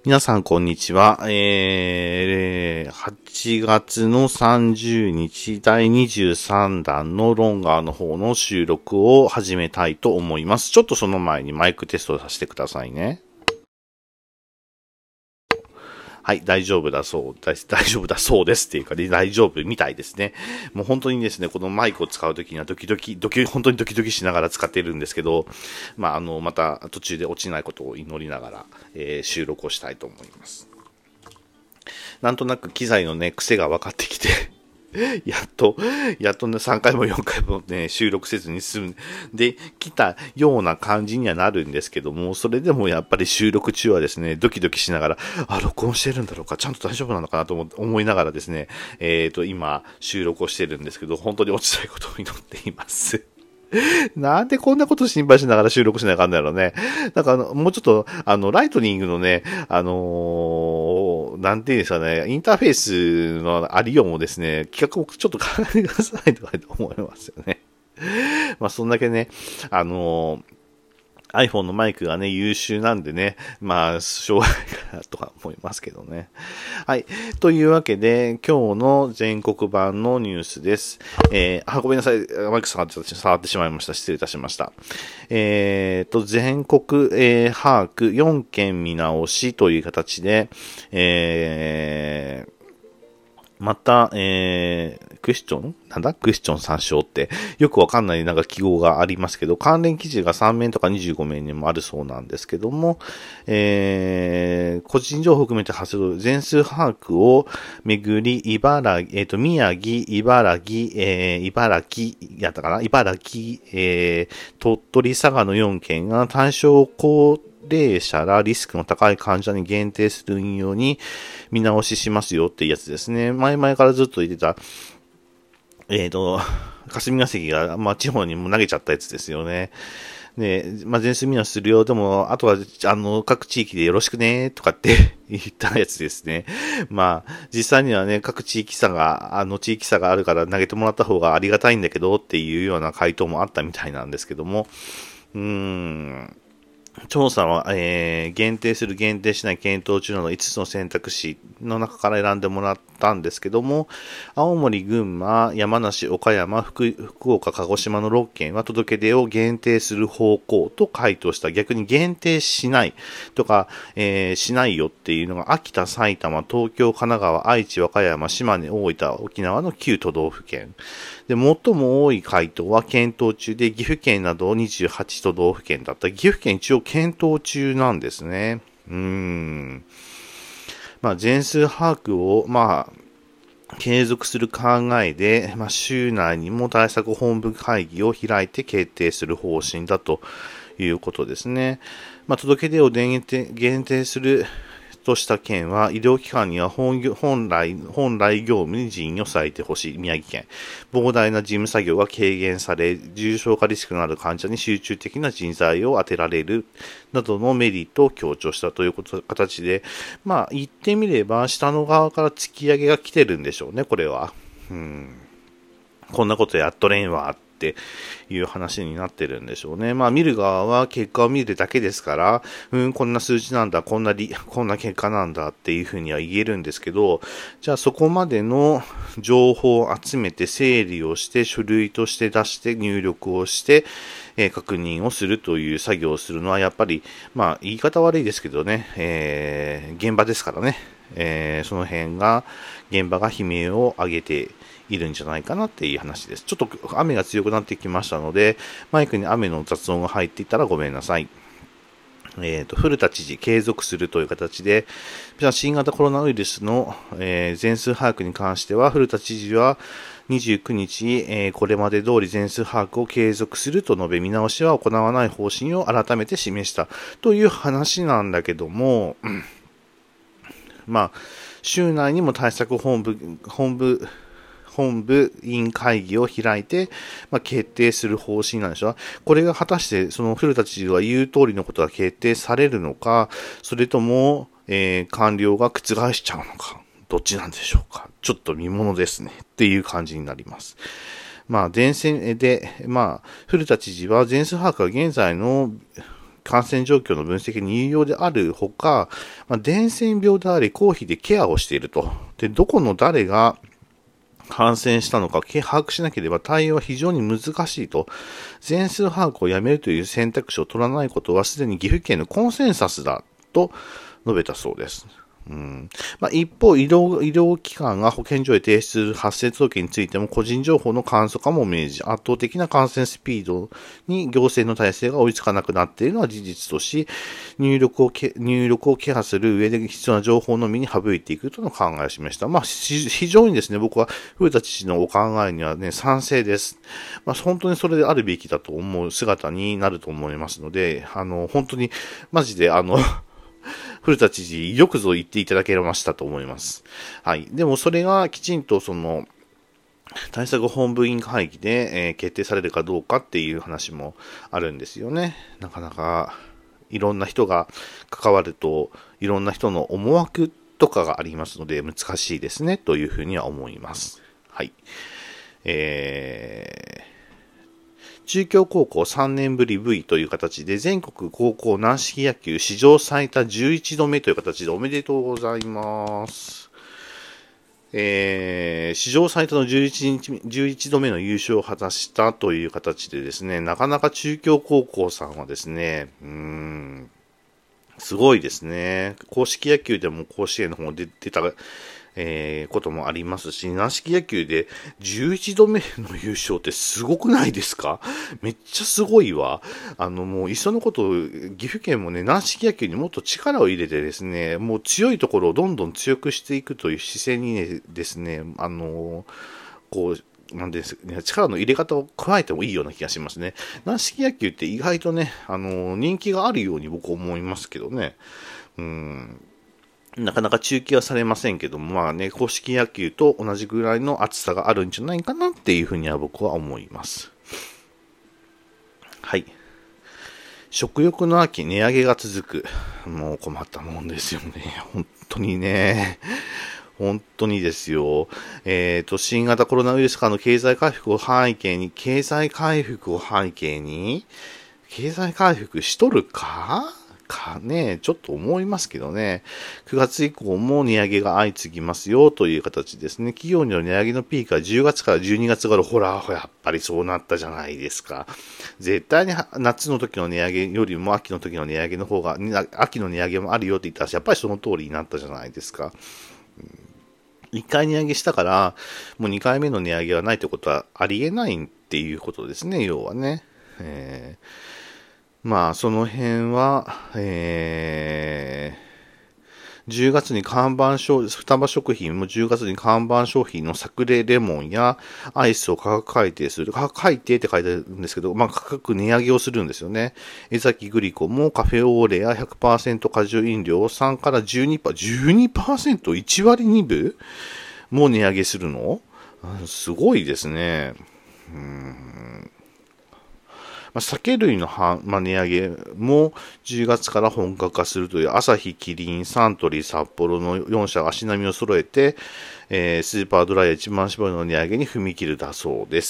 皆さん、こんにちは。8月の30日、第23弾のロンガーの方の収録を始めたいと思います。ちょっとその前にマイクテストさせてくださいね。はい、大丈夫だそうです。大丈夫だそうですっていうかね、大丈夫みたいですね。もう本当にですね、このマイクを使うときには本当にドキドキしながら使っているんですけど、また途中で落ちないことを祈りながら、収録をしたいと思います。なんとなく機材のね、癖が分かってきて、やっとね、3回も4回もね、収録せずに済んできたような感じにはなるんですけども、それでもやっぱり収録中はですね、ドキドキしながら、録音してるんだろうか、ちゃんと大丈夫なのかなと思いながらですね、今、収録をしてるんですけど、本当に落ちないことを祈っています。なんでこんなこと心配しながら収録しなあかんだろうね。なんかもうちょっと、ライトニングのね、なんていうんですかね、インターフェースのありようもですね、企画をちょっと考えてくださいとか思いますよね。そんだけね、iPhone のマイクがね、優秀なんでね、しょうがないかなとは思いますけどね。はい。というわけで、今日の全国版のニュースです。ごめんなさい。マイク触ってしまいました。失礼いたしました。全国、把握4件見直しという形で、また、クエスチョン参照って、よくわかんない記号がありますけど、関連記事が3面とか25面にもあるそうなんですけども、個人情報を含めて発生全数把握をめぐり、宮城、茨城、鳥取、佐賀の4県が対象高齢者らリスクの高い患者に限定する運用に見直ししますよっていうやつですね。前々からずっと言ってた、霞が関が、地方にも投げちゃったやつですよね。で、全数見直しするよ。でも、あとは、各地域でよろしくね、とかって言ったやつですね。実際にはね、各地域差があるから投げてもらった方がありがたいんだけどっていうような回答もあったみたいなんですけども、調査は、限定する限定しない検討中など5つの選択肢の中から選んでもらったんですけども、青森、群馬、山梨、岡山、福岡、鹿児島の6県は届け出を限定する方向と回答した。逆に限定しないとか、しないよっていうのが秋田、埼玉、東京、神奈川、愛知、和歌山、島根、大分、沖縄の9都道府県。で、最も多い回答は検討中で、岐阜県など28都道府県だった。岐阜県一応検討中なんですね。全数把握を、継続する考えで、週内にも対策本部会議を開いて決定する方針だということですね。届け出を限定するとした県は、医療機関には本来業務に人員を割いてほしい。宮城県。膨大な事務作業が軽減され、重症化リスクのある患者に集中的な人材を当てられる、などのメリットを強調したという形で、言ってみれば、下の側から突き上げが来てるんでしょうね、これは。こんなことやっとれんわっていう話になってるんでしょうね。見る側は結果を見るだけですから、こんな数字なんだ、こんな結果なんだっていうふうには言えるんですけど、じゃあそこまでの情報を集めて整理をして書類として出して入力をして、確認をするという作業をするのはやっぱり、言い方悪いですけどね、現場ですからね、その辺が、現場が悲鳴を上げているんじゃないかなっていう話です。ちょっと雨が強くなってきましたので、マイクに雨の雑音が入っていたらごめんなさい。古田知事継続するという形で、新型コロナウイルスの、全数把握に関しては、古田知事は29日、これまで通り全数把握を継続すると述べ、見直しは行わない方針を改めて示したという話なんだけども、週内にも対策本部委員会議を開いて、決定する方針なんでしょう。これが果たしてその古田知事が言う通りのことが決定されるのか、それとも、官僚が覆しちゃうのか、どっちなんでしょうか。ちょっと見ものですねっていう感じになります。電線で、古田知事は全数把握は現在の感染状況の分析に有用であるほか、伝染病であり、公費でケアをしていると。で、どこの誰が感染したのか把握しなければ対応は非常に難しいと。全数把握をやめるという選択肢を取らないことはすでに岐阜県のコンセンサスだと述べたそうです。一方、医療機関が保健所へ提出する発生届についても個人情報の簡素化も命じ、圧倒的な感染スピードに行政の体制が追いつかなくなっているのは事実とし、入力をケアする上で必要な情報のみに省いていくとの考えを示した。非常にですね、僕は古田知事のお考えにはね、賛成です。本当にそれであるべきだと思う姿になると思いますので、本当に、マジで古田知事、よくぞ言っていただけましたと思います。はい。でもそれがきちんと対策本部委員会議で、決定されるかどうかっていう話もあるんですよね。なかなかいろんな人が関わると、いろんな人の思惑とかがありますので難しいですねというふうには思います。はい。中京高校3年ぶり V という形で全国高校軟式野球史上最多11度目という形でおめでとうございます。史上最多の11度目の優勝を果たしたという形でですね、なかなか中京高校さんはですね、すごいですね。硬式野球でも甲子園の方出た、こともありますし、軟式野球で11度目の優勝ってすごくないですか？めっちゃすごいわ。もういっそのこと、岐阜県もね、軟式野球にもっと力を入れてですね、もう強いところをどんどん強くしていくという姿勢にね、ですね、なんですね、力の入れ方を加えてもいいような気がしますね。軟式野球って意外とね、人気があるように僕思いますけどね。なかなか中継はされませんけども、硬式野球と同じぐらいの厚さがあるんじゃないかなっていうふうには僕は思います。はい。食欲の秋、値上げが続く。もう困ったもんですよね。本当にね。本当にですよ。新型コロナウイルスからの経済回復経済回復しとるかね、ちょっと思いますけどね。9月以降も値上げが相次ぎますよという形ですね。企業による値上げのピークは10月から12月頃、ほら、やっぱりそうなったじゃないですか。絶対に夏の時の値上げよりも秋の時の値上げの方が、秋の値上げもあるよって言ったら、やっぱりその通りになったじゃないですか。1回値上げしたから、もう2回目の値上げはないってことはありえないっていうことですね、要はね。その辺は、10月に双葉食品も10月に看板商品のサクレレモンやアイスを価格改定する。価格改定って書いてあるんですけど、価格値上げをするんですよね。江崎グリコもカフェオーレや 100% 果汁飲料を3から 12%1 割2分も値上げするの？すごいですね。酒類の値上げも10月から本格化するというアサヒ、キリン、サントリー、札幌の4社が足並みを揃えて、スーパードライや一番搾りの値上げに踏み切るだそうです。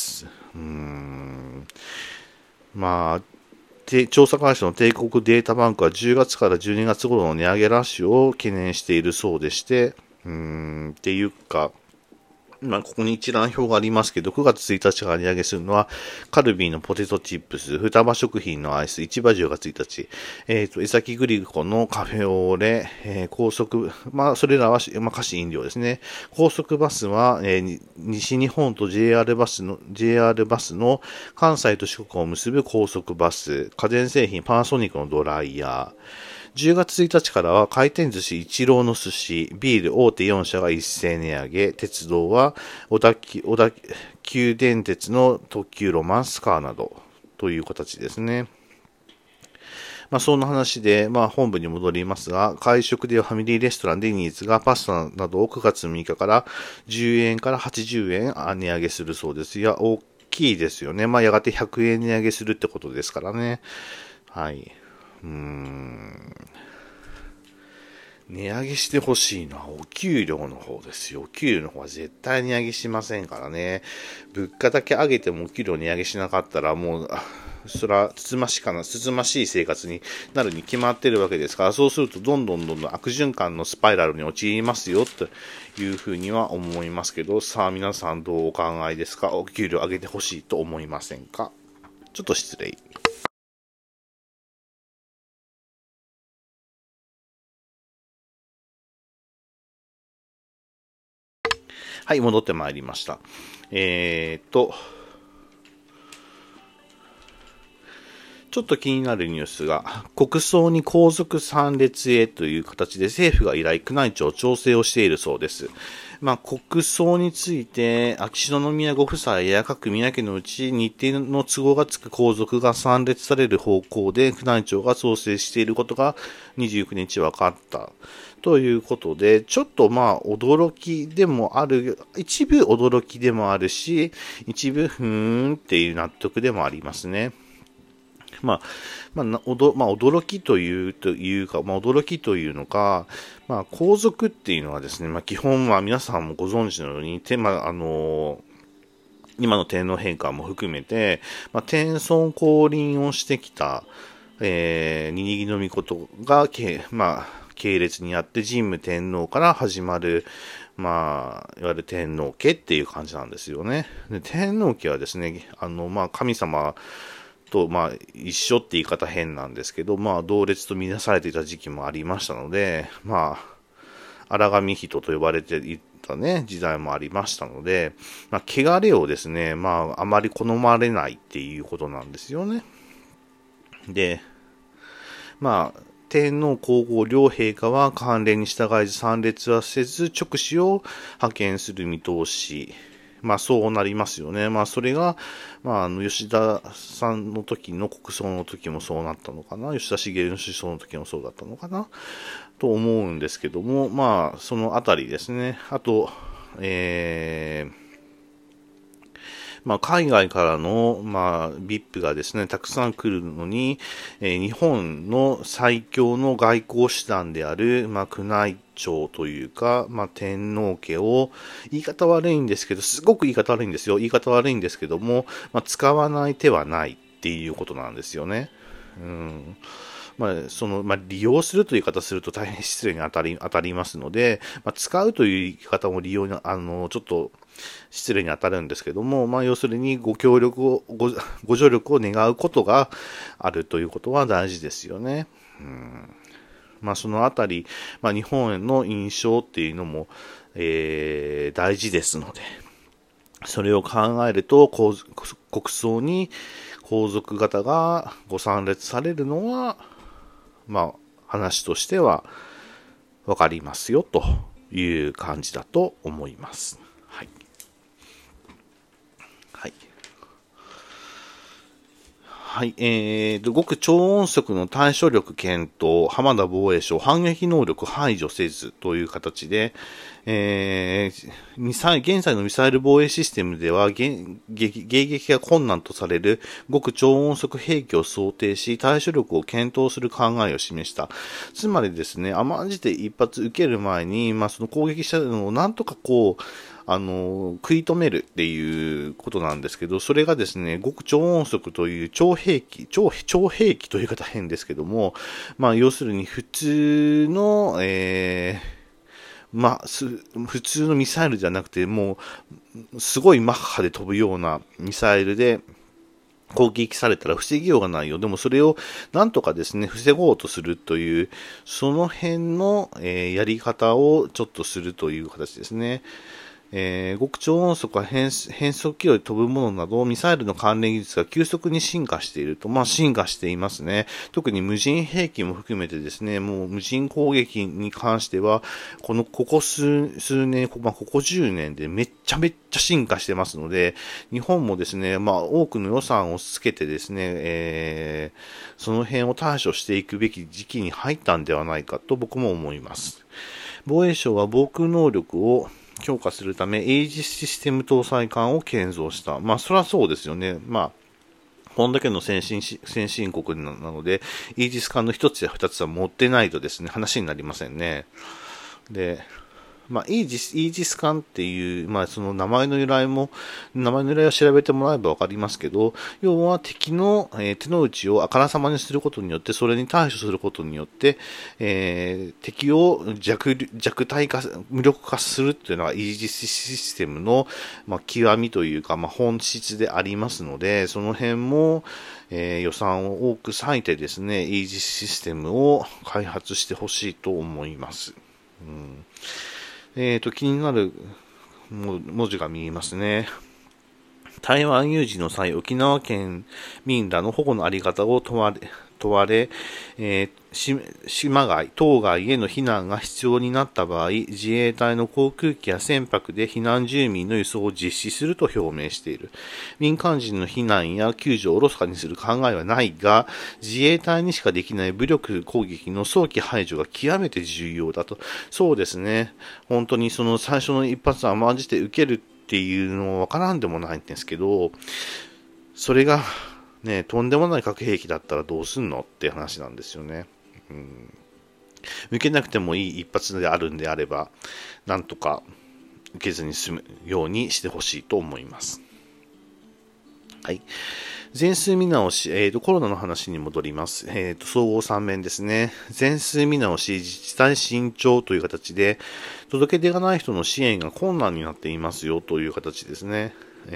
調査会社の帝国データバンクは10月から12月頃の値上げラッシュを懸念しているそうでして、っていうか、ここに一覧表がありますけど、9月1日から値上げするのは、カルビーのポテトチップス、双葉食品のアイス、市場10月1日、江崎グリコのカフェオレ、高速、それらは、菓子飲料ですね。高速バスは、西日本と JR バスの関西と四国を結ぶ高速バス、家電製品パナソニックのドライヤー、10月1日からは回転寿司一郎の寿司、ビール大手4社が一斉値上げ、鉄道は小田急電鉄の特急ロマンスカーなどという形ですね。そんな話で、本部に戻りますが、会食ではファミリーレストランデニーズがパスタなどを9月6日から10円から80円値上げするそうです。いや、大きいですよね。やがて100円値上げするってことですからね。はい。 値上げしてほしいのはお給料の方ですよ。お給料の方は絶対値上げしませんからね。物価だけ上げてもお給料値上げしなかったらもう、それはつつましい生活になるに決まってるわけですから、そうするとどんどん悪循環のスパイラルに陥りますよというふうには思いますけど、さあ皆さんどうお考えですか？お給料上げてほしいと思いませんか？ちょっと失礼。はい、戻ってまいりました。ちょっと気になるニュースが、国葬に皇族参列へという形で政府が依頼、宮内庁調整をしているそうです。国葬について、秋篠宮ご夫妻や各宮家のうち日程の都合がつく皇族が参列される方向で宮内庁が調整していることが29日分かった。ということで、ちょっと驚きでもある、一部驚きでもあるし、一部っていう納得でもありますね。驚きというか、驚きというのか、皇族っていうのはですね、基本は皆さんもご存知のように、今の天皇陛下も含めて、天孫降臨をしてきた、ににぎのみことが、系列にあって、神武天皇から始まる、いわゆる天皇家っていう感じなんですよね。で天皇家はですね、神様と、一緒って言い方変なんですけど、同列とみなされていた時期もありましたので、荒神人と呼ばれていたね、時代もありましたので、汚れをですね、あまり好まれないっていうことなんですよね。で、天皇皇后両陛下は慣例に従い参列はせず、勅使を派遣する見通し。そうなりますよね。それが、吉田さんの時の国葬の時もそうなったのかな。吉田茂の首相の時もそうだったのかな。と思うんですけども、そのあたりですね。あと、海外からの、VIP がですね、たくさん来るのに、日本の最強の外交手段である、宮内庁というか、天皇家を、言い方悪いんですけど、すごく言い方悪いんですよ。言い方悪いんですけども、使わない手はないっていうことなんですよね。利用するという言い方すると大変失礼に当たりますので、使うという言い方も利用に、ちょっと失礼に当たるんですけども、要するにご助力を願うことがあるということは大事ですよね。そのあたり、日本への印象っていうのも、大事ですので、それを考えると、国葬に皇族方がご参列されるのは、話としてはわかりますよという感じだと思います。はい。はい。はい。極超音速の対処力検討、浜田防衛省、反撃能力排除せずという形で、現在のミサイル防衛システムでは迎撃が困難とされる極超音速兵器を想定し、対処力を検討する考えを示した。つまりですね、甘んじて一発受ける前に、その攻撃したのをなんとか食い止めるっていうことなんですけど、それがですね、極超音速という超兵器という言い方変ですけども、要するに普通の、普通のミサイルじゃなくて、もう、すごいマッハで飛ぶようなミサイルで、攻撃されたら防ぎようがないよ。でもそれをなんとかですね、防ごうとするという、その辺の、やり方をちょっとするという形ですね。極超音速は変速軌道で飛ぶものなど、ミサイルの関連技術が急速に進化していると。進化していますね。特に無人兵器も含めてですね、もう無人攻撃に関しては、ここ数年、ここ10年でめっちゃ進化してますので、日本もですね、多くの予算をつけてですね、その辺を対処していくべき時期に入ったんではないかと僕も思います。防衛省は防空能力を強化するため、エイジスシステム搭載艦を建造した。そりゃそうですよね。 こんだけの先進国なので、イージス艦の一つや二つは持ってないとですね、話になりませんね。で、イージス艦っていう、その名前の由来を調べてもらえばわかりますけど、要は敵の、手の内をあからさまにすることによって、それに対処することによって、敵を弱体化、無力化するっていうのがイージスシステムの、極みというか、本質でありますので、その辺も、予算を多く割いてですね、イージスシステムを開発してほしいと思います。気になる文字が見えますね。台湾有事の際、沖縄県民らの保護のあり方を問われ、島外、島外への避難が必要になった場合、自衛隊の航空機や船舶で避難住民の輸送を実施すると表明している。民間人の避難や救助をおろそかにする考えはないが、自衛隊にしかできない武力攻撃の早期排除が極めて重要だと。そうですね。本当にその最初の一発は甘んじて受けるっていうのはわからんでもないんですけど、それが、ね、とんでもない核兵器だったらどうすんのって話なんですよね。受けなくてもいい一発であるんであれば、なんとか受けずに済むようにしてほしいと思います。はい。全数見直し、コロナの話に戻ります。総合3面ですね。全数見直し、自治体慎重という形で、届け出がない人の支援が困難になっていますよという形ですね。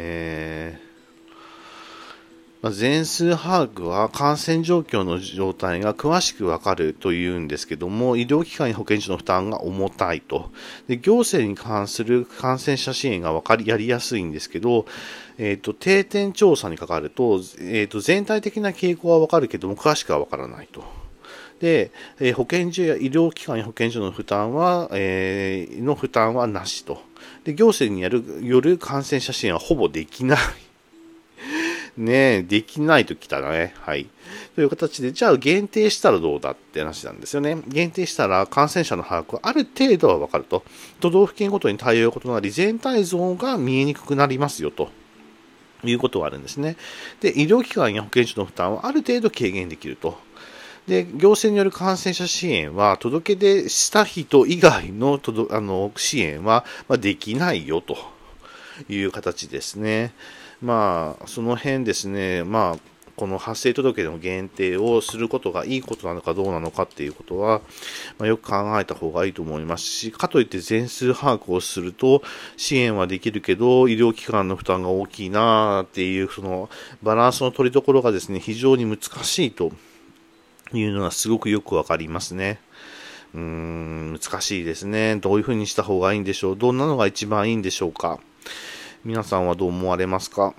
全数把握は感染状況の状態が詳しくわかるというんですけども、医療機関や保健所の負担が重たいと。で、行政に関する感染者支援がやりやすいんですけど、定点調査にかかると、全体的な傾向はわかるけども、詳しくはわからないと。で、保健所や医療機関や保健所の負担は、なしと。で、行政による感染者支援はほぼできない。ね、できないときたらね。はい。という形で、じゃあ限定したらどうだって話なんですよね。限定したら感染者の把握はある程度はわかると。都道府県ごとに対応が異なり、全体像が見えにくくなりますよと。いうことはあるんですね。で、医療機関や保健所の負担はある程度軽減できると。で、行政による感染者支援は、届け出した人以外の支援は、できないよという形ですね。その辺ですね、この発生届の限定をすることがいいことなのかどうなのかっていうことは、よく考えた方がいいと思いますし、かといって全数把握をすると支援はできるけど医療機関の負担が大きいなっていうそのバランスの取り所がですね、非常に難しいというのはすごくよくわかりますね。難しいですね。どういうふうにした方がいいんでしょう。どんなのが一番いいんでしょうか。皆さんはどう思われますか。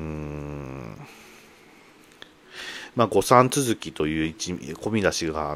誤算続きという込み出しがあって、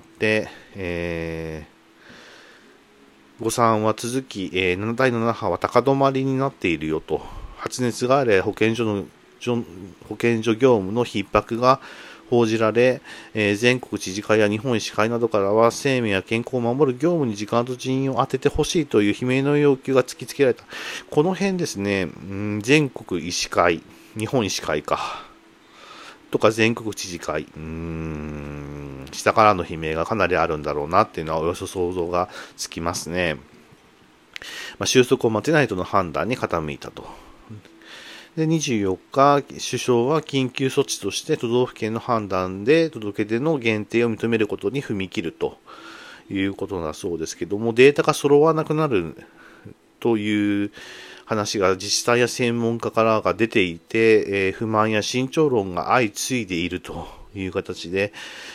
誤算は続き、第7波は高止まりになっているよと。発熱があれ保健所業務の逼迫が報じられ、全国知事会や日本医師会などからは生命や健康を守る業務に時間と人員を当ててほしいという悲鳴の要求が突きつけられた。この辺ですね、全国医師会、日本医師会とか全国知事会、下からの悲鳴がかなりあるんだろうなっていうのはおよそ想像がつきますね。収束を待てないとの判断に傾いたと。で、24日、首相は緊急措置として都道府県の判断で届け出の限定を認めることに踏み切るということだそうですけども、データが揃わなくなるという話が自治体や専門家からが出ていて、不満や慎重論が相次いでいるという形で、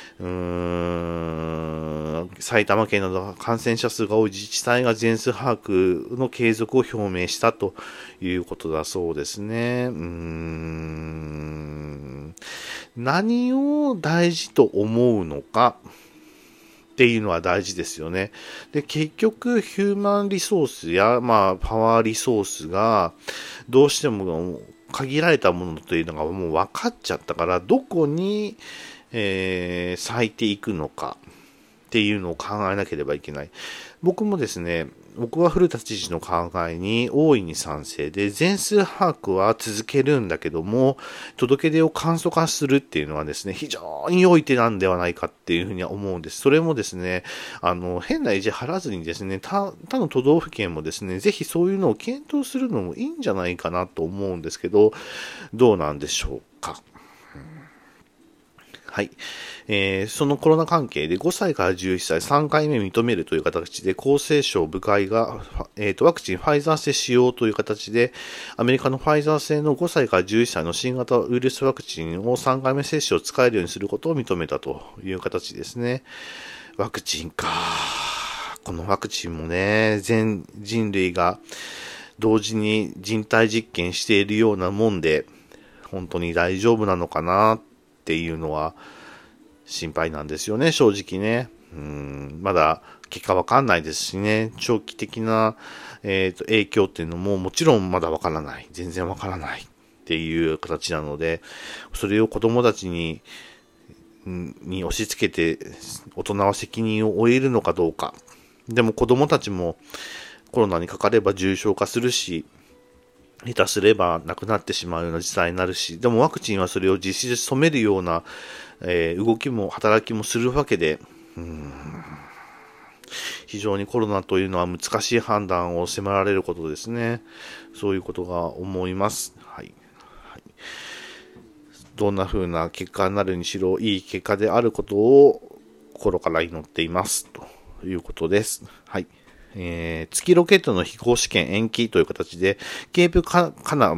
埼玉県など感染者数が多い自治体が全数把握の継続を表明したということだそうですね。何を大事と思うのかっていうのは大事ですよね。で、結局ヒューマンリソースやパワーリソースがどうしても限られたものというのがもう分かっちゃったから、どこに割いていくのかっていうのを考えなければいけない。僕は古田知事の考えに大いに賛成で、全数把握は続けるんだけども、届け出を簡素化するっていうのはですね、非常に良い手なんではないかっていうふうには思うんです。それもですね、変な意地張らずにですね、他の都道府県もですね、ぜひそういうのを検討するのもいいんじゃないかなと思うんですけど、どうなんでしょうか。はい。そのコロナ関係で5歳から11歳3回目認めるという形で厚生省部会が、ワクチンファイザー製使用という形でアメリカのファイザー製の5歳から11歳の新型ウイルスワクチンを3回目接種を使えるようにすることを認めたという形ですね。ワクチンか。このワクチンもね、全人類が同時に人体実験しているようなもんで、本当に大丈夫なのかなっていうのは心配なんですよね、正直ね。まだ結果わかんないですしね、長期的な、影響っていうのももちろんまだわからない。全然わからないっていう形なので、それを子供たちに押し付けて大人は責任を負えるのかどうか。でも子供たちもコロナにかかれば重症化するし、下手すれば亡くなってしまうような事態になるし、でもワクチンはそれを実施で止めるような、動きも働きもするわけで、非常にコロナというのは難しい判断を迫られることですね。そういうことが思います。はい。どんな風な結果になるにしろ、いい結果であることを心から祈っています。ということです。はい。月ロケットの飛行試験延期という形で、ケープカ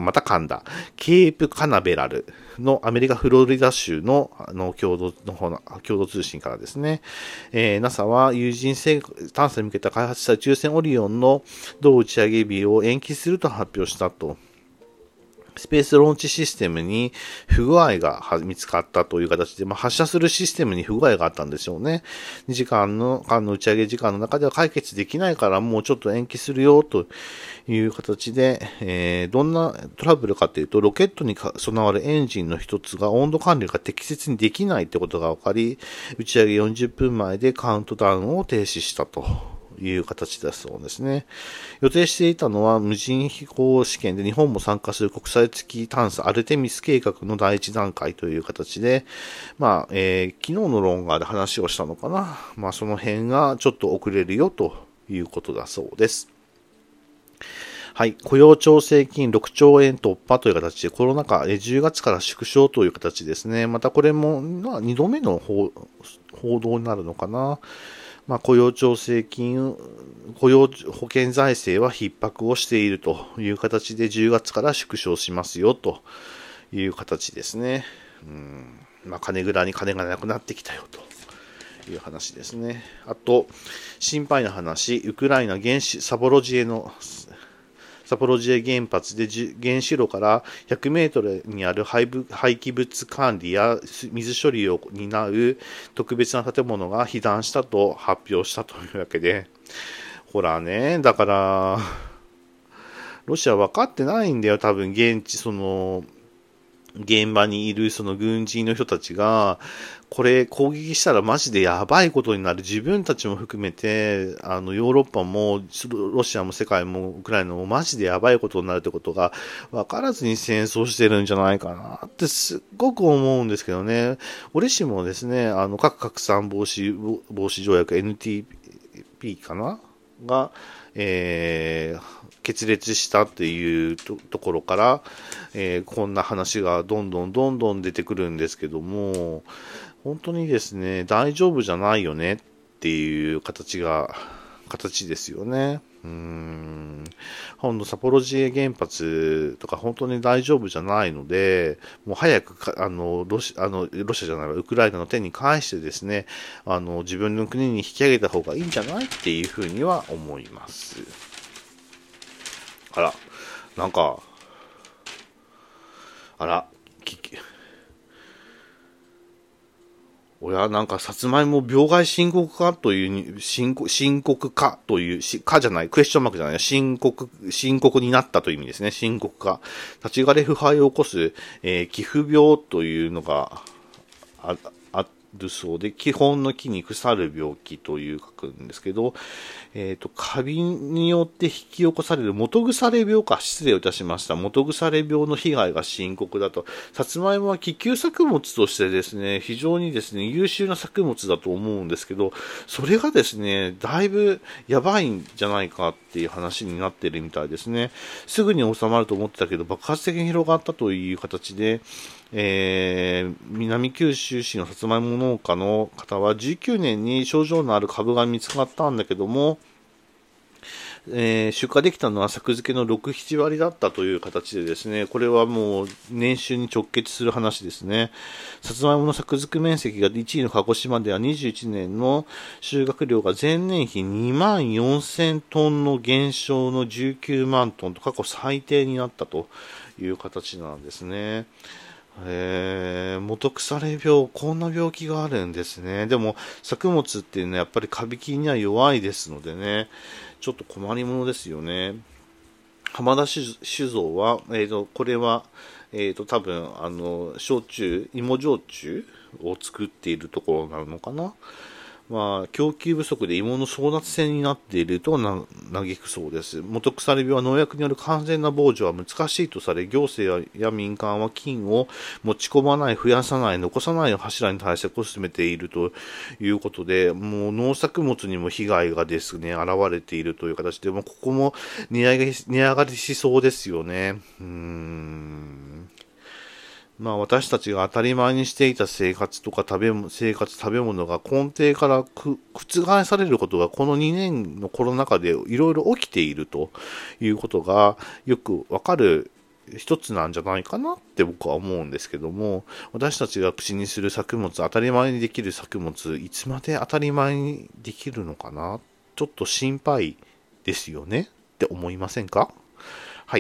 ナベラルのアメリカフロリダ州の共同通信からですね、NASA は有人探査に向けた開発した宇宙船オリオンの同打ち上げ日を延期すると発表したと。スペースローンチシステムに不具合が見つかったという形で、発射するシステムに不具合があったんでしょうね。2時間の打ち上げ時間の中では解決できないからもうちょっと延期するよという形で、どんなトラブルかというと、ロケットに備わるエンジンの一つが温度管理が適切にできないってことが分かり、打ち上げ40分前でカウントダウンを停止したという形だそうですね。予定していたのは無人飛行試験で日本も参加する国際月探査アルテミス計画の第一段階という形で、昨日のロンガーで話をしたのかな。その辺がちょっと遅れるよということだそうです。はい。雇用調整金6兆円突破という形でコロナ禍10月から縮小という形ですね。またこれも2度目の報道になるのかな。雇用調整金、雇用保険財政は逼迫をしているという形で10月から縮小しますよという形ですね。金蔵に金がなくなってきたよという話ですね。あと、心配な話、ウクライナサポロジエ原発で原子炉から100メートルにある廃棄物管理や水処理を担う特別な建物が被弾したと発表したというわけで、ほらね、だから、ロシア分かってないんだよ、多分現場にいるその軍人の人たちが、これ攻撃したらマジでやばいことになる。自分たちも含めて、ヨーロッパも、ロシアも世界もウクライナもマジでやばいことになるってことが分からずに戦争してるんじゃないかなってすっごく思うんですけどね。俺氏もですね、核拡散防止条約 NTP かなが、決裂したっていうところから、こんな話がどんどん出てくるんですけども、本当にですね、大丈夫じゃないよねっていう形ですよね。サポロジエ原発とか本当に大丈夫じゃないので、もう早くロシアじゃないわ、ウクライナの手に返してですね、自分の国に引き上げた方がいいんじゃないっていうふうには思います。さつまいも病害深刻化という、深刻化という、じゃない、クエスチョンマークじゃない、深刻になったという意味ですね。深刻化。立ち枯れ腐敗を起こす、寄付病というのがあっるそうで、基本の木に腐る病気という書くんですけど、カビによって引き起こされる元腐れ病か、失礼をいたしました。元腐れ病の被害が深刻だと。さつまいもは気球作物としてですね、非常にですね、優秀な作物だと思うんですけど、それがですね、だいぶやばいんじゃないかっていう話になってるみたいですね。すぐに収まると思ってたけど、爆発的に広がったという形で、南九州市のさつまいも農家の方は19年に症状のある株が見つかったんだけども、出荷できたのは作付けの6、7割だったという形でですね、これはもう年収に直結する話ですね。さつまいもの作付面積が1位の鹿児島では21年の収穫量が前年比2万4000トンの減少の19万トンと過去最低になったという形なんですね。元腐れ病、こんな病気があるんですね。でも、作物っていうのはやっぱりカビ菌には弱いですのでね、ちょっと困りものですよね。浜田酒造は、これは、多分、焼酎、芋焼酎を作っているところなのかな。まあ、供給不足で芋の争奪戦になっていると嘆くそうです。元腐れ病は農薬による完全な防除は難しいとされ、行政や民間は菌を持ち込まない、増やさない、残さない柱に対策を進めているということで、もう農作物にも被害がですね、現れているという形で、もうここも値上がりしそうですよね。まあ私たちが当たり前にしていた生活とか食べ物が根底から覆されることがこの2年のコロナ禍でいろいろ起きているということがよくわかる一つなんじゃないかなって僕は思うんですけども、私たちが口にする作物、当たり前にできる作物、いつまで当たり前にできるのかな、ちょっと心配ですよねって思いませんか？はい。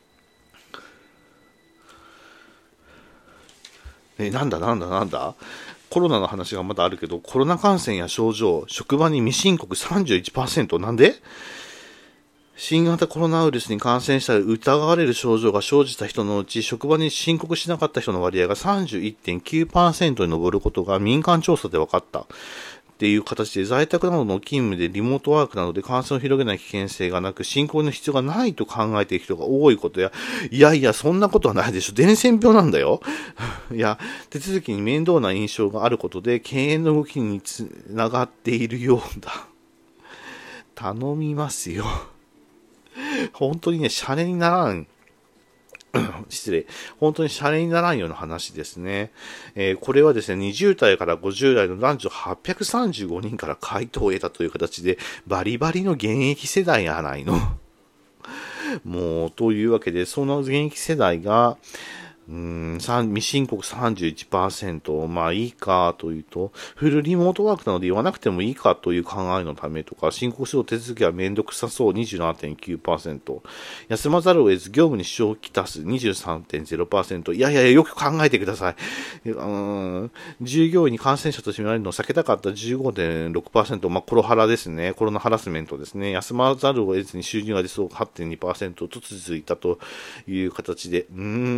なんだコロナの話がまだあるけど、コロナ感染や症状、職場に未申告 31%。なんで？新型コロナウイルスに感染した疑われる症状が生じた人のうち、職場に申告しなかった人の割合が 31.9% に上ることが民間調査で分かった。っていう形で在宅などの勤務でリモートワークなどで感染を広げない危険性がなく、進行の必要がないと考えている人が多いことや、いやいや、そんなことはないでしょ。伝染病なんだよ。いや、手続きに面倒な印象があることで、敬遠の動きにつながっているようだ。頼みますよ。本当にね、シャレにならん。失礼。本当にシャレにならんような話ですね。これはですね、20代から50代の男女835人から回答を得たという形で、バリバリの現役世代やないの。もう、というわけで、その現役世代が、未申告 31%、まあいいかというと、フルリモートワークなので言わなくてもいいかという考えのためとか、申告書の手続きはめんどくさそう 27.9%、休まざるを得ず業務に支障をきたす 23.0%、いやいや、よく考えてください。従業員に感染者として見られるのを避けたかった 15.6%、まあコロハラですね、コロナハラスメントですね、休まざるを得ずに収入が出そう 8.2% と続いたという形で、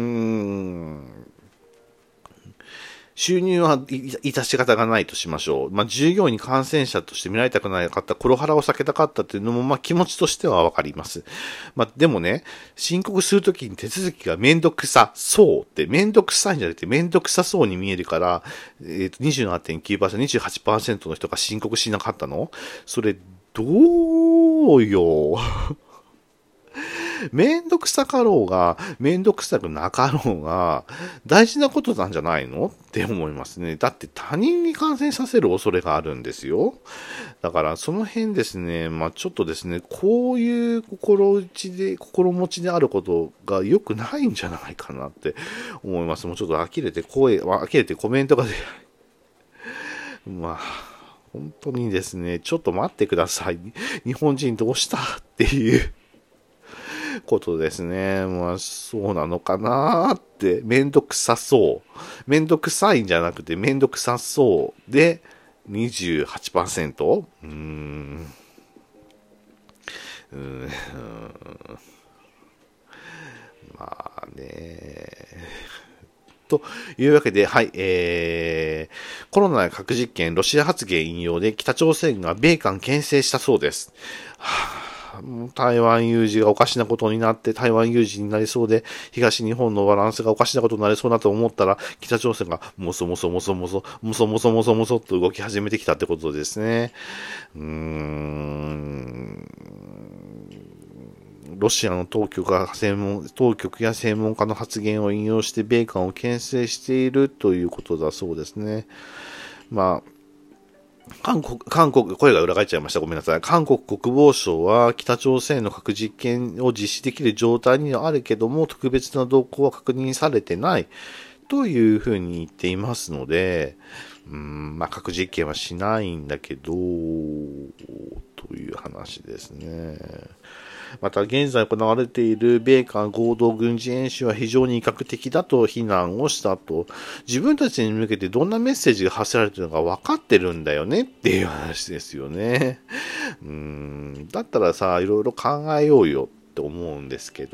収入はいたし方がないとしましょう。まあ、従業員に感染者として見られたくなかった、黒腹を避けたかったっていうのも、まあ、気持ちとしてはわかります。まあ、でもね、申告するときに手続きがめんどくさそうって、めんどくさいんじゃなくてめんどくさそうに見えるから、27.9%、28% の人が申告しなかったの？それ、どうよ。めんどくさかろうが、めんどくさくなかろうが、大事なことなんじゃないのって思いますね。だって他人に感染させる恐れがあるんですよ。だからその辺ですね、まあちょっとですね、こういう心持ちであることが良くないんじゃないかなって思います。もうちょっと呆れてコメントが出ない。まあ、本当にですね、ちょっと待ってください。日本人どうしたっていうことですね。まあ、そうなのかなーって、めんどくさそう。めんどくさいんじゃなくて、めんどくさそうで、28%? まあね。というわけで、はい、 コロナや核実験、ロシア発言引用で北朝鮮が米韓牽制したそうです。もう台湾有事がおかしなことになって、台湾有事になりそうで、東日本のバランスがおかしなことになりそうだと思ったら、北朝鮮がもそもそもそもそ、もそもそもそもそと動き始めてきたってことですね。ロシアの当局や専門家の発言を引用して米韓を牽制しているということだそうですね。まあ、韓国、声が裏返っちゃいました。ごめんなさい。韓国国防省は北朝鮮の核実験を実施できる状態にはあるけども、特別な動向は確認されてないというふうに言っていますので、核実験はしないんだけど、という話ですね。また現在行われている米韓合同軍事演習は非常に威嚇的だと非難をしたと、自分たちに向けてどんなメッセージが発せられているのか分かってるんだよねっていう話ですよね。だったらさ、いろいろ考えようよって思うんですけど、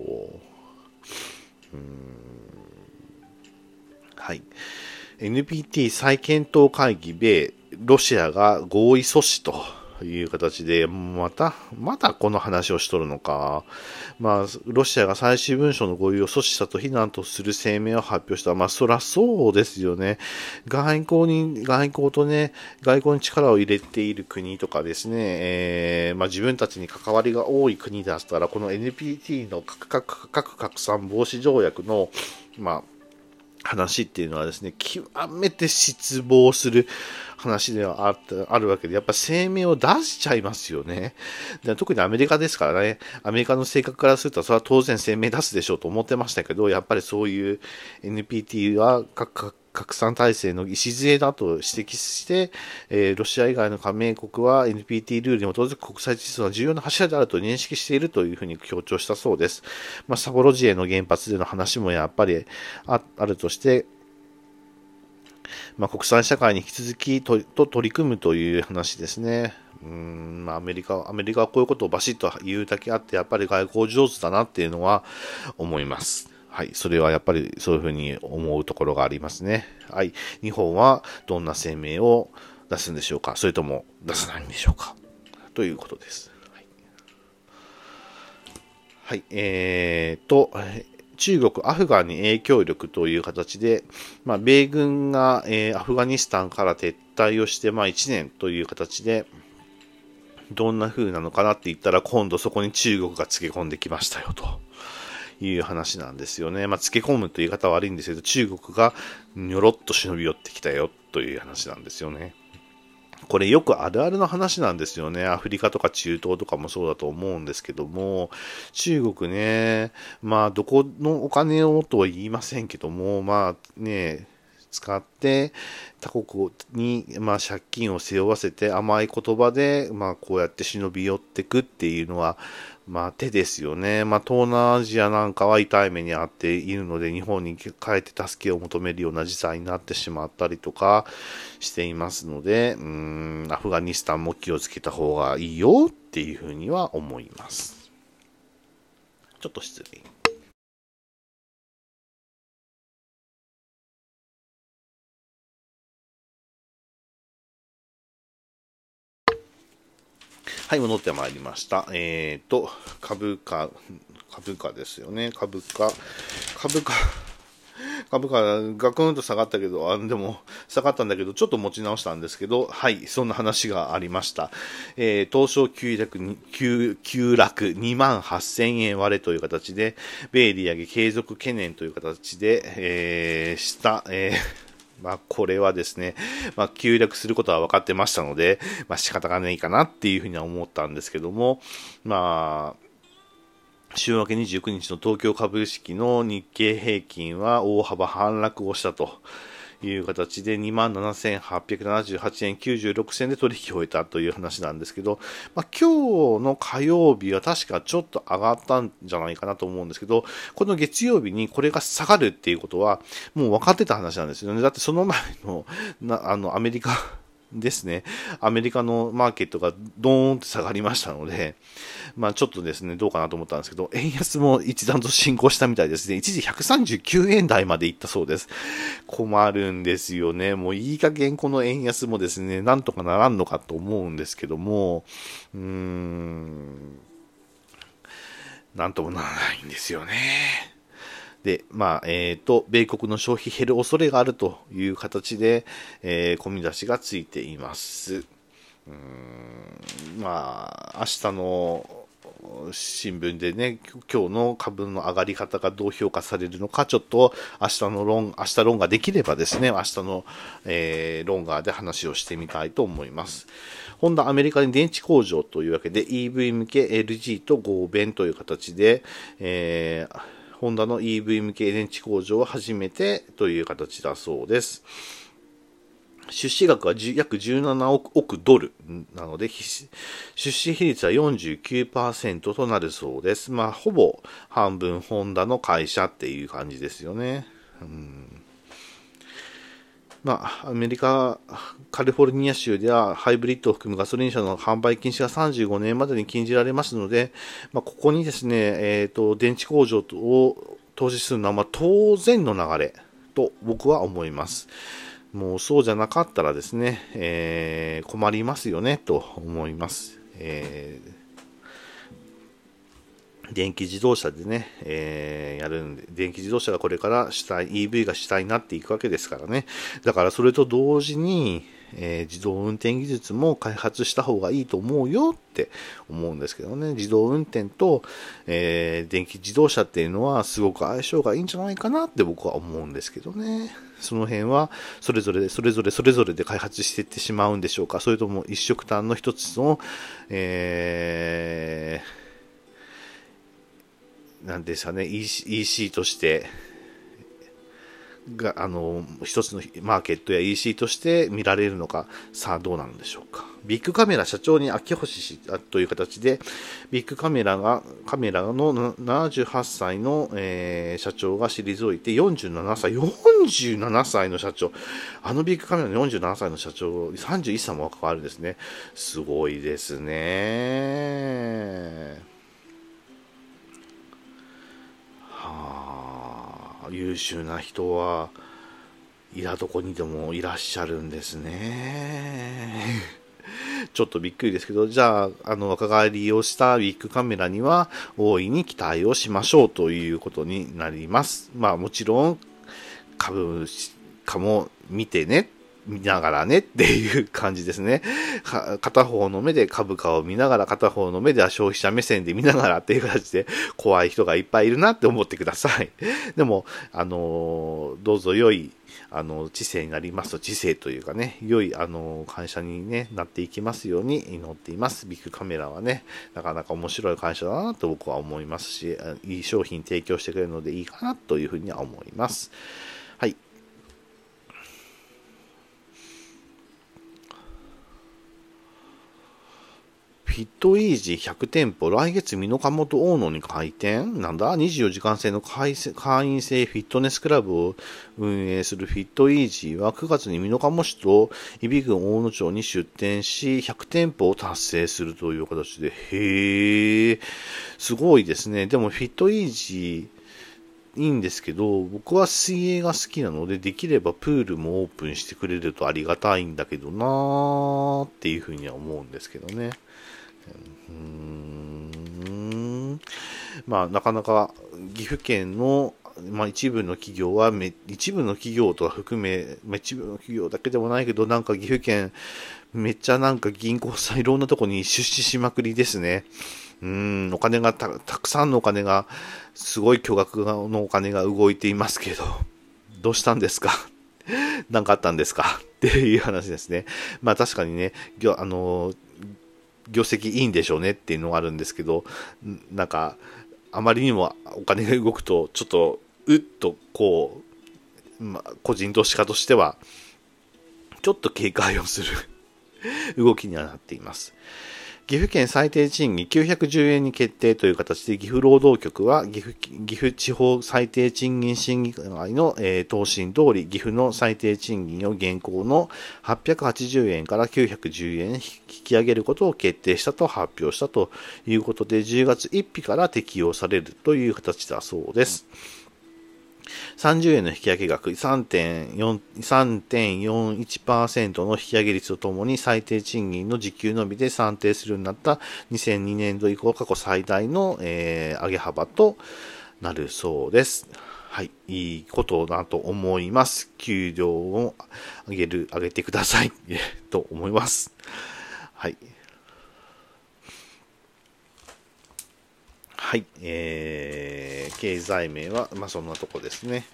はい。NPT 再検討会議米ロシアが合意阻止という形で、またこの話をしとるのか。ロシアが最終文書の合意を阻止したと非難とする声明を発表した。そらそうですよね。外交に力を入れている国とかですね、自分たちに関わりが多い国だったら、この NPT の核拡散防止条約の、話っていうのはですね、極めて失望する話ではあるわけで、やっぱ声明を出しちゃいますよね。で特にアメリカですからね、アメリカの性格からすると、それは当然声明出すでしょうと思ってましたけど、やっぱりそういう NPT は拡散体制の礎だと指摘して、ロシア以外の加盟国は NPT ルールに基づく国際秩序の重要な柱であると認識しているというふうに強調したそうです。サポロジエの原発での話もやっぱりあるとして、国際社会に引き続き取り組むという話ですね。アメリカはこういうことをバシッと言うだけあって、やっぱり外交上手だなっていうのは思います。はい。それはやっぱりそういうふうに思うところがありますね。はい。日本はどんな声明を出すんでしょうか、それとも出さないんでしょうか、ということです。はい。中国、アフガンに影響力という形で、米軍が、アフガニスタンから撤退をして、1年という形で、どんな風なのかなって言ったら、今度そこに中国がつけ込んできましたよという話なんですよね。つけ込むという言い方は悪いんですけど、中国がにょろっと忍び寄ってきたよという話なんですよね。これよくあるあるの話なんですよね。アフリカとか中東とかもそうだと思うんですけども、中国ね、どこのお金をとは言いませんけども、使って他国に、借金を背負わせて甘い言葉で、こうやって忍び寄っていくっていうのは、手ですよね。東南アジアなんかは痛い目に遭っているので、日本に帰って助けを求めるような事態になってしまったりとかしていますので、アフガニスタンも気をつけた方がいいよっていうふうには思います。ちょっと失礼。はい、戻ってまいりました。株価ですよね。株価、ガクンと下がったけど、でも、下がったんだけど、ちょっと持ち直したんですけど、はい、そんな話がありました。東証急落28,000円割れという形で、米利上げ継続懸念という形で、これはですね、急落することは分かってましたので、仕方がないかなっていうふうには思ったんですけども、週明け29日の東京株式の日経平均は大幅反落をしたという形で 27,878 円96銭で取引を終えたという話なんですけど、今日の火曜日は確かちょっと上がったんじゃないかなと思うんですけど、この月曜日にこれが下がるっていうことはもう分かってた話なんですよね。だってその前のアメリカですね、アメリカのマーケットがドーンと下がりましたので、ちょっとですね、どうかなと思ったんですけど、円安も一段と進行したみたいですね。一時139円台まで行ったそうです。困るんですよね。もういい加減この円安もですね、なんとかならんのかと思うんですけども、なんともならないんですよね。で、米国の消費減る恐れがあるという形で、込み出しがついています。明日の新聞でね、今日の株の上がり方がどう評価されるのか、ちょっと明日論ができればですね、明日の、ロンガーで話をしてみたいと思います。ホンダアメリカに電池工場というわけで EV 向け LG と合弁という形で、ホンダの EV 向け電池工場は初めてという形だそうです。出資額は約17億ドルなので、出資比率は 49% となるそうです。ほぼ半分ホンダの会社っていう感じですよね。アメリカ、カリフォルニア州ではハイブリッドを含むガソリン車の販売禁止が35年までに禁じられますので、ここにですね、電池工場を投資するのは当然の流れと僕は思います。もうそうじゃなかったらですね、困りますよねと思います。電気自動車でね、やるんで、電気自動車がこれからEV が主体になっていくわけですからね。だからそれと同時に、自動運転技術も開発した方がいいと思うよって思うんですけどね。自動運転と、電気自動車っていうのはすごく相性がいいんじゃないかなって僕は思うんですけどね。その辺はそれぞれで開発していってしまうんでしょうか。それとも一色単の一つの、なんですかね、EC としてが一つのマーケットや EC として見られるのか、さあどうなんでしょうか。ビッグカメラ社長に秋星氏という形で、ビッグカメラの78歳の、社長が退いて47歳の社長、ビッグカメラの47歳の社長、31歳も関わるんですね。すごいですね。優秀な人はいらどこにでもいらっしゃるんですね。ちょっとびっくりですけど、じゃあ、若返りをしたビッグカメラには大いに期待をしましょうということになります。もちろん、株価も見ながらねっていう感じですね。片方の目で株価を見ながら、片方の目では消費者目線で見ながらっていう形で怖い人がいっぱいいるなって思ってください。でも、どうぞ良い、知性になりますと、知性というかね、良い、会社に、ね、なっていきますように祈っています。ビッグカメラはね、なかなか面白い会社だなと僕は思いますし、いい商品提供してくれるのでいいかなというふうには思います。はい。フィットイージー100店舗、来月美濃加茂と大野に開店なんだ ?24 時間制の会員制フィットネスクラブを運営するフィットイージーは9月に美濃加茂市と揖斐郡大野町に出店し、100店舗を達成するという形で、へー、すごいですね。でもフィットイージー、いいんですけど、僕は水泳が好きなので、できればプールもオープンしてくれるとありがたいんだけどなーっていうふうには思うんですけどね。なかなか岐阜県の、一部の企業は一部の企業とは含め、一部の企業だけでもないけど、なんか岐阜県めっちゃなんか銀行さんいろんなとこに出資しまくりですね。お金がたくさんのお金が、すごい巨額のお金が動いていますけど、どうしたんですか何かあったんですかっていう話ですね。確かにね、業績いいんでしょうねっていうのがあるんですけど、なんか、あまりにもお金が動くと、ちょっと、こう、個人投資家としては、ちょっと警戒をする動きにはなっています。 岐阜県最低賃金910円に決定という形で、岐阜労働局は岐阜地方最低賃金審議会の、答申通り、岐阜の最低賃金を現行の880円から910円引き上げることを決定したと発表したということで、10月1日から適用されるという形だそうです。30円の引き上げ額 3.41% の引き上げ率とともに最低賃金の時給のみで算定するようになった2002年度以降過去最大の、上げ幅となるそうです。はい、いいことだと思います。給料を上げてくださいと思います。はい。はい、経済面は、そんなとこですね。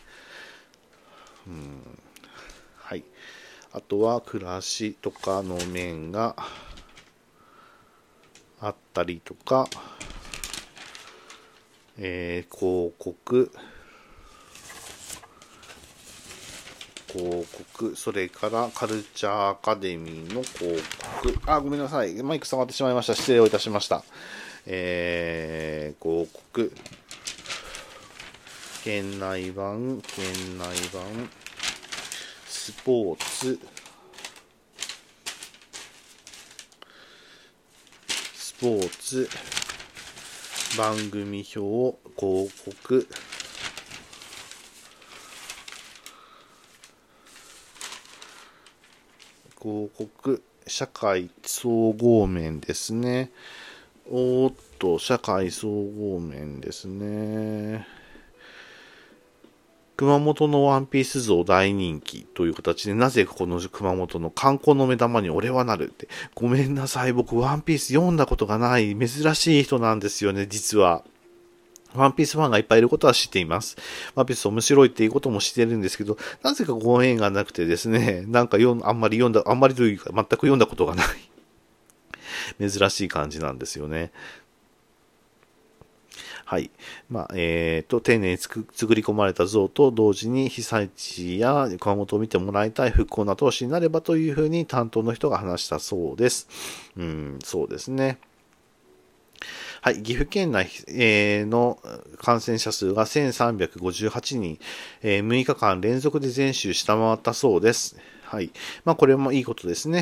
はい。あとは、暮らしとかの面があったりとか、広告、それからカルチャーアカデミーの広告、ごめんなさい。マイク触ってしまいました。失礼をいたしました。広告、県内版、スポーツ、番組表、広告、社会総合面ですね。社会総合面ですね。熊本のワンピース像大人気という形で、なぜこの熊本の観光の目玉に俺はなるって。ごめんなさい、僕ワンピース読んだことがない珍しい人なんですよね、実は。ワンピースファンがいっぱいいることは知っています。ワンピース面白いっていうことも知ってるんですけど、なぜかご縁がなくてですね、あんまりというか全く読んだことがない。珍しい感じなんですよね。はい。丁寧に作り込まれた像と同時に被災地や熊本を見てもらいたい復興の後押しになればというふうに担当の人が話したそうです。そうですね。はい。岐阜県内、の感染者数が1358人、6日間連続で前週下回ったそうです。はい。これもいいことですね。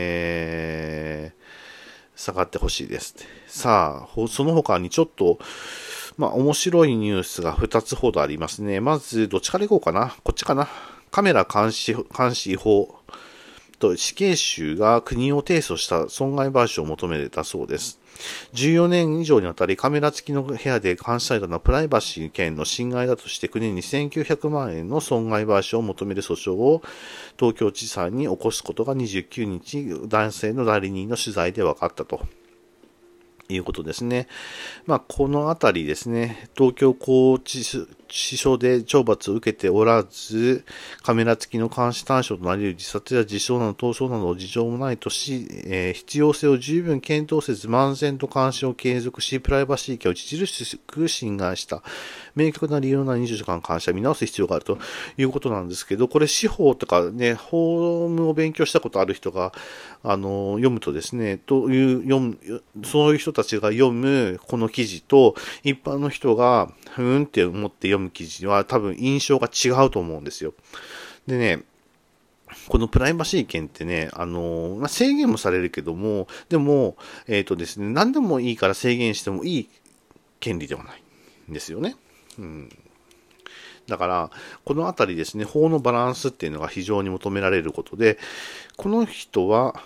下がってほしいです。さあ、その他にちょっと、面白いニュースが2つほどありますね。まず、どっちからいこうかな。こっちかな。カメラ監視法と死刑囚が国を提訴した損害賠償を求めたそうです。14年以上にわたりカメラ付きの部屋で監視されたのはプライバシー権の侵害だとして国に2900万円の損害賠償を求める訴訟を東京地裁に起こすことが29日、男性の代理人の取材で分かったということですね。このあたりですね、東京拘置所で懲罰を受けておらず、カメラ付きの監視対象となり得る自殺や自傷など逃走など事情もないとし、必要性を十分検討せず、漫然と監視を継続し、プライバシー権を著しく侵害した。明確な理由のない24時間監視は見直す必要があるということなんですけど、これ司法とかね、法務を勉強したことある人が、読むとですね、そういう人たちが読むこの記事と、一般の人が、って思って読む記事は多分印象が違うと思うんですよ。でね、このプライバシー権ってね、制限もされるけども、でも、ですね、何でもいいから制限してもいい権利ではないんですよね。だから、このあたりですね、法のバランスっていうのが非常に求められることで、この訴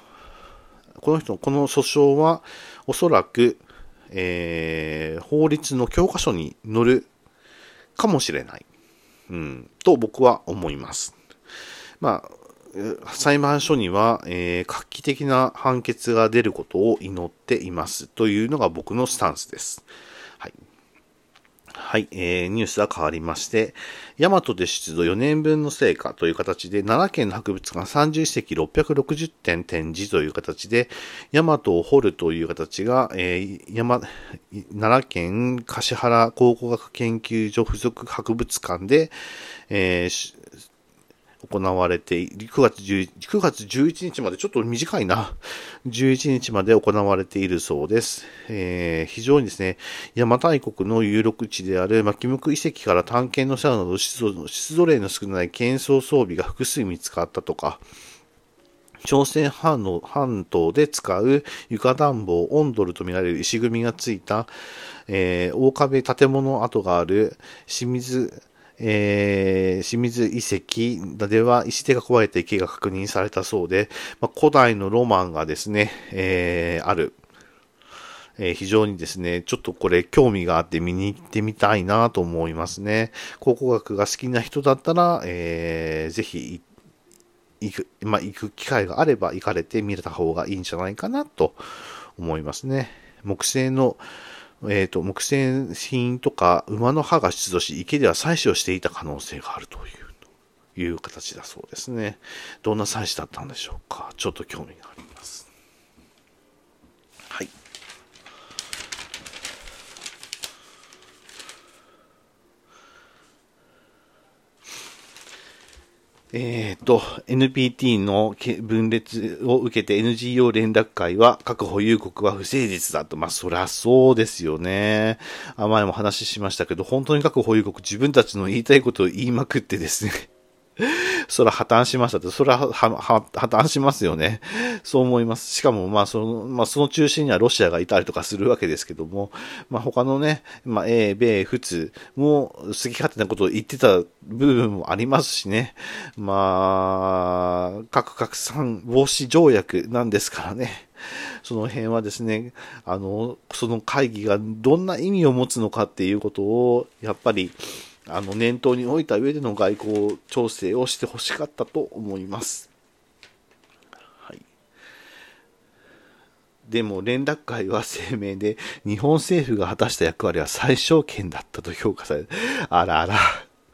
訟は、おそらく、法律の教科書に載るかもしれない、と僕は思います。裁判所には、画期的な判決が出ることを祈っていますというのが僕のスタンスです。はい、ニュースは変わりまして、大和で出土4年分の成果という形で、奈良県の博物館30世紀660点展示という形で、大和を掘るという形が、奈良県橿原考古学研究所附属博物館で、 行われて、9月11日まで、ちょっと短いな。11日まで行われているそうです。非常にですね、邪馬台国の有力地である牧向遺跡から探検の車など出土例の少ない建装装備が複数見つかったとか、朝鮮半島で使う床暖房、オンドルとみられる石組みがついた、大壁建物跡がある清水遺跡では石で囲われた池が確認されたそうで、古代のロマンがですね、ある。非常にですね、ちょっとこれ興味があって見に行ってみたいなと思いますね。考古学が好きな人だったら、ぜひ行く機会があれば行かれてみた方がいいんじゃないかなと思いますね。木製品とか馬の歯が出土し、池では採取をしていた可能性があるという形だそうですね。どんな採取だったんでしょうか。ちょっと興味があります。はい。NPT の分裂を受けて NGO 連絡会は核保有国は不誠実だと。そりゃそうですよね。前も話しましたけど、本当に核保有国自分たちの言いたいことを言いまくってですね。そら破綻しましたって、そら破綻しますよね。そう思います。しかも、その中心にはロシアがいたりとかするわけですけども、他のね、英米仏も好き勝手なことを言ってた部分もありますしね。核拡散防止条約なんですからね。その辺はですね、その会議がどんな意味を持つのかっていうことを、やっぱり、念頭に置いた上での外交調整をしてほしかったと思います。はい。でも連絡会は声明で日本政府が果たした役割は最小限だったと評価される。あらあら。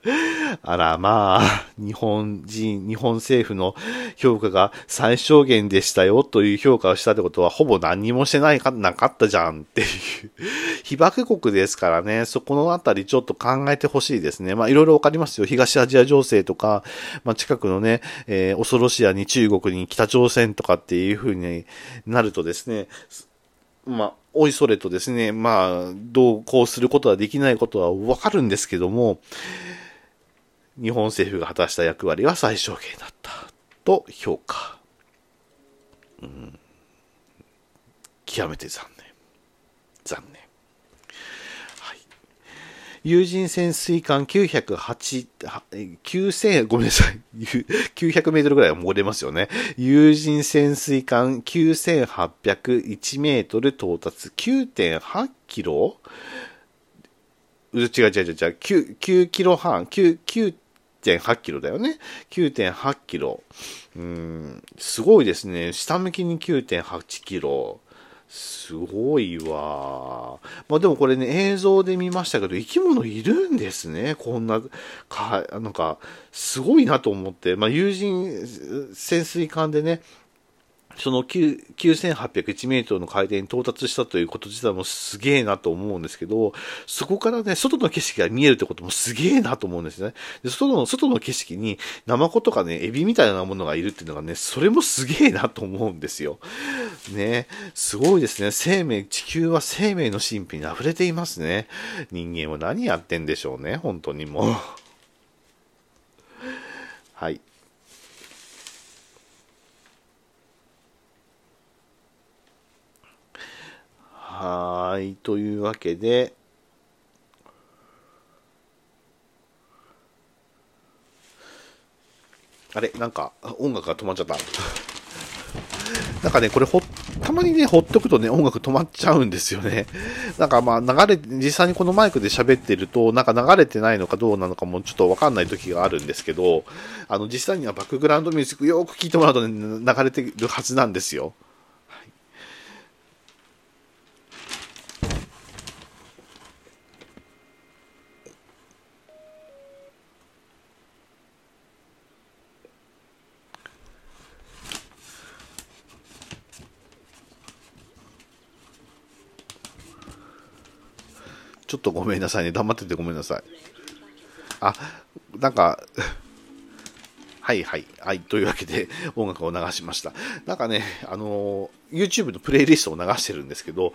日本政府の評価が最小限でしたよという評価をしたってことはほぼ何にもしてなかったじゃんっていう。被爆国ですからね、そこのあたりちょっと考えてほしいですね。いろいろわかりますよ。東アジア情勢とか、近くのね、恐ろしやに中国に北朝鮮とかっていう風になるとですね、おいそれとですね、どうこうすることはできないことはわかるんですけども、日本政府が果たした役割は最小限だったと評価。極めて残念。はい。有人潜水艦ごめんなさい。900メートルぐらいは潜れますよね。有人潜水艦9801メートル到達 9.8 キロ違う。9キロ半、9.8 キロだよね。9.8 キロ。すごいですね。下向きに 9.8 キロ。すごいわ。でもこれね、映像で見ましたけど、生き物いるんですね。こんな、すごいなと思って。有人潜水艦でね、その9801メートルの海底に到達したということ自体もすげえなと思うんですけど、そこからね、外の景色が見えるってこともすげえなと思うんですね。で、外の景色にナマコとかね、エビみたいなものがいるっていうのがね、それもすげえなと思うんですよ。ね、すごいですね。地球は生命の神秘に溢れていますね。人間は何やってんでしょうね、本当にもう。はい。はい。というわけで、あれなんか、音楽が止まっちゃった。なんかね、これたまにね、ほっとくとね、音楽止まっちゃうんですよね。実際にこのマイクで喋ってると、なんか流れてないのかどうなのかもちょっとわかんない時があるんですけど、実際にはバックグラウンドミュージックよく聞いてもらうとね、流れてるはずなんですよ。ちょっとごめんなさいね。黙っててごめんなさい。なんかはいはい。はい。というわけで、音楽を流しました。なんかね、YouTube のプレイリストを流してるんですけど、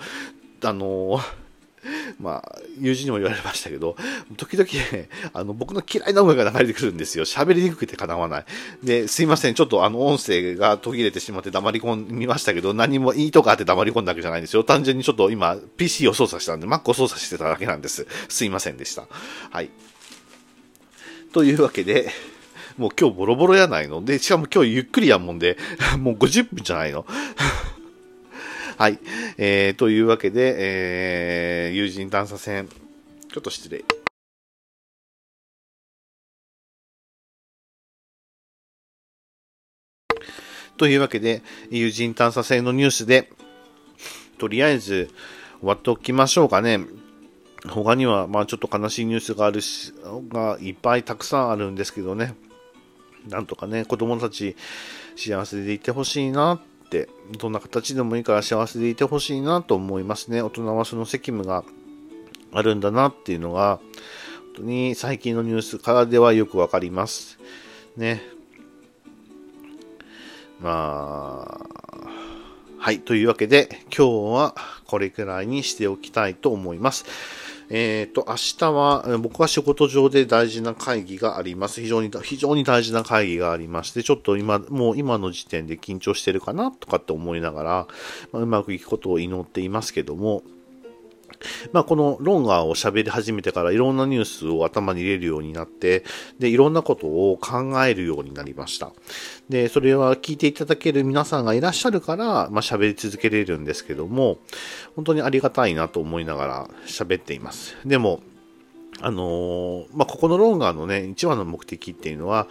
まあ、友人にも言われましたけど、時々ね、僕の嫌いな音楽が流れてくるんですよ。喋りにくくてかなわない。で、すいません。ちょっと音声が途切れてしまって黙り込みましたけど、何もいいとかあって黙り込んだわけじゃないんですよ。単純にちょっと今、PC を操作したんで、Mac を操作してただけなんです。すいませんでした。はい。というわけで、もう今日ボロボロやないので、しかも今日ゆっくりやもんで、もう50分じゃないのはい。というわけで、友人探査船、ちょっと失礼。というわけで、友人探査船のニュースで、とりあえず終わっておきましょうかね。他には、まあちょっと悲しいニュースがあるし、がいっぱいたくさんあるんですけどね。なんとかね、子供たち幸せでいてほしいなって、どんな形でもいいから幸せでいてほしいなと思いますね。大人はその責務があるんだなっていうのが、本当に最近のニュースからではよくわかります。ね。まあ、はい。というわけで、今日はこれくらいにしておきたいと思います。明日は僕は仕事上で大事な会議があります。非常に大事な会議がありまして、ちょっともう今の時点で緊張してるかなとかって思いながら、うまくいくことを祈っていますけども、このロンガーを喋り始めてからいろんなニュースを頭に入れるようになって、で、いろんなことを考えるようになりました。で、それは聞いていただける皆さんがいらっしゃるから、喋り続けれるんですけども、本当にありがたいなと思いながら喋っています。でも、ここのロンガーのね、一番の目的っていうのは、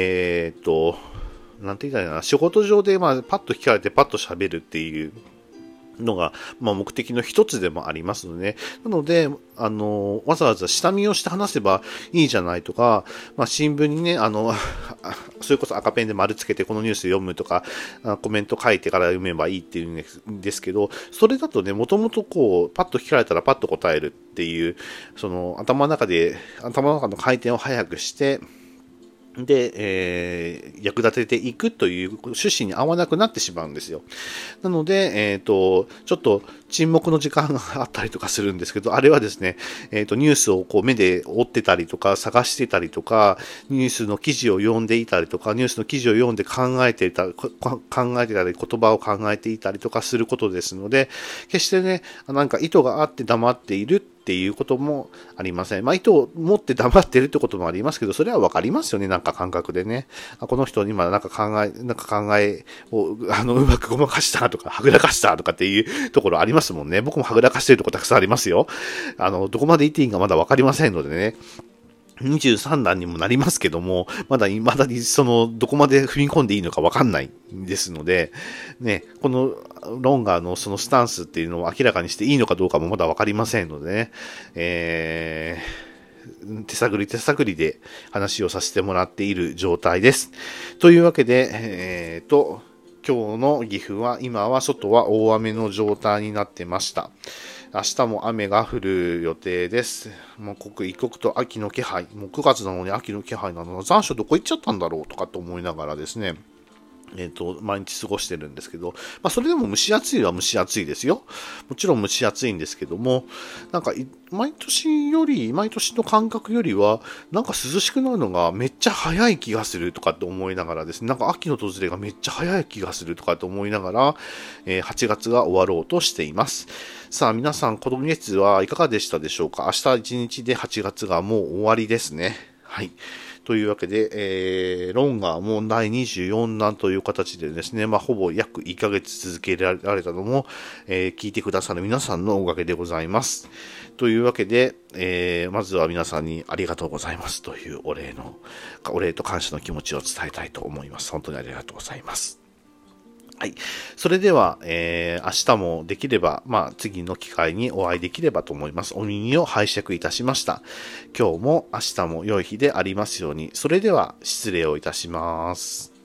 なんて言ったらいいかな、仕事上でパッと聞かれてパッと喋るっていうのが、目的の一つでもありますので、なので、わざわざ下見をして話せばいいじゃないとか、新聞にね、それこそ赤ペンで丸つけてこのニュース読むとか、コメント書いてから読めばいいっていうんですけど、それだとね、もともとパッと聞かれたらパッと答えるっていう、頭の中の回転を早くして、で、役立てていくという趣旨に合わなくなってしまうんですよ。なので、ちょっと沈黙の時間があったりとかするんですけど、あれはですね、ニュースを目で追ってたりとか、探してたりとか、ニュースの記事を読んでいたりとか、ニュースの記事を読んで考えていたり、言葉を考えていたりとかすることですので、決してね、なんか意図があって黙っているっていうこともありません。意図を持って黙っているってこともありますけど、それはわかりますよね、なんか感覚でね。この人今なんか考えを、うまくごまかしたとか、はぐらかしたとかっていうところありますもんね。僕もはぐらかしてるとこたくさんありますよ。どこまで言っていいかまだわかりませんのでね。23段にもなりますけども、まだにどこまで踏み込んでいいのかわかんないですので、ね、このロンガーのそのスタンスっていうのを明らかにしていいのかどうかもまだわかりませんのでね、手探りで話をさせてもらっている状態です。というわけで、今日の岐阜は今は外は大雨の状態になってました。明日も雨が降る予定です。もう刻一刻と秋の気配、もう9月なのに秋の気配なの、残暑どこ行っちゃったんだろうとかと思いながらですね、毎日過ごしてるんですけど、それでも蒸し暑いは蒸し暑いですよ。もちろん蒸し暑いんですけども、なんか、毎年の感覚よりは、なんか涼しくなるのがめっちゃ早い気がするとかって思いながらですね、なんか秋の訪れがめっちゃ早い気がするとかって思いながら、8月が終わろうとしています。さあ、皆さん、この月はいかがでしたでしょうか？明日1日で8月がもう終わりですね。はい。というわけで、ロンガーも第24弾という形でですね、ほぼ約1ヶ月続けられたのも、聞いてくださる皆さんのおかげでございます。というわけで、まずは皆さんにありがとうございますというお礼と感謝の気持ちを伝えたいと思います。本当にありがとうございます。はい。それでは、明日もできれば、次の機会にお会いできればと思います。お耳を拝借いたしました。今日も明日も良い日でありますように。それでは、失礼をいたします。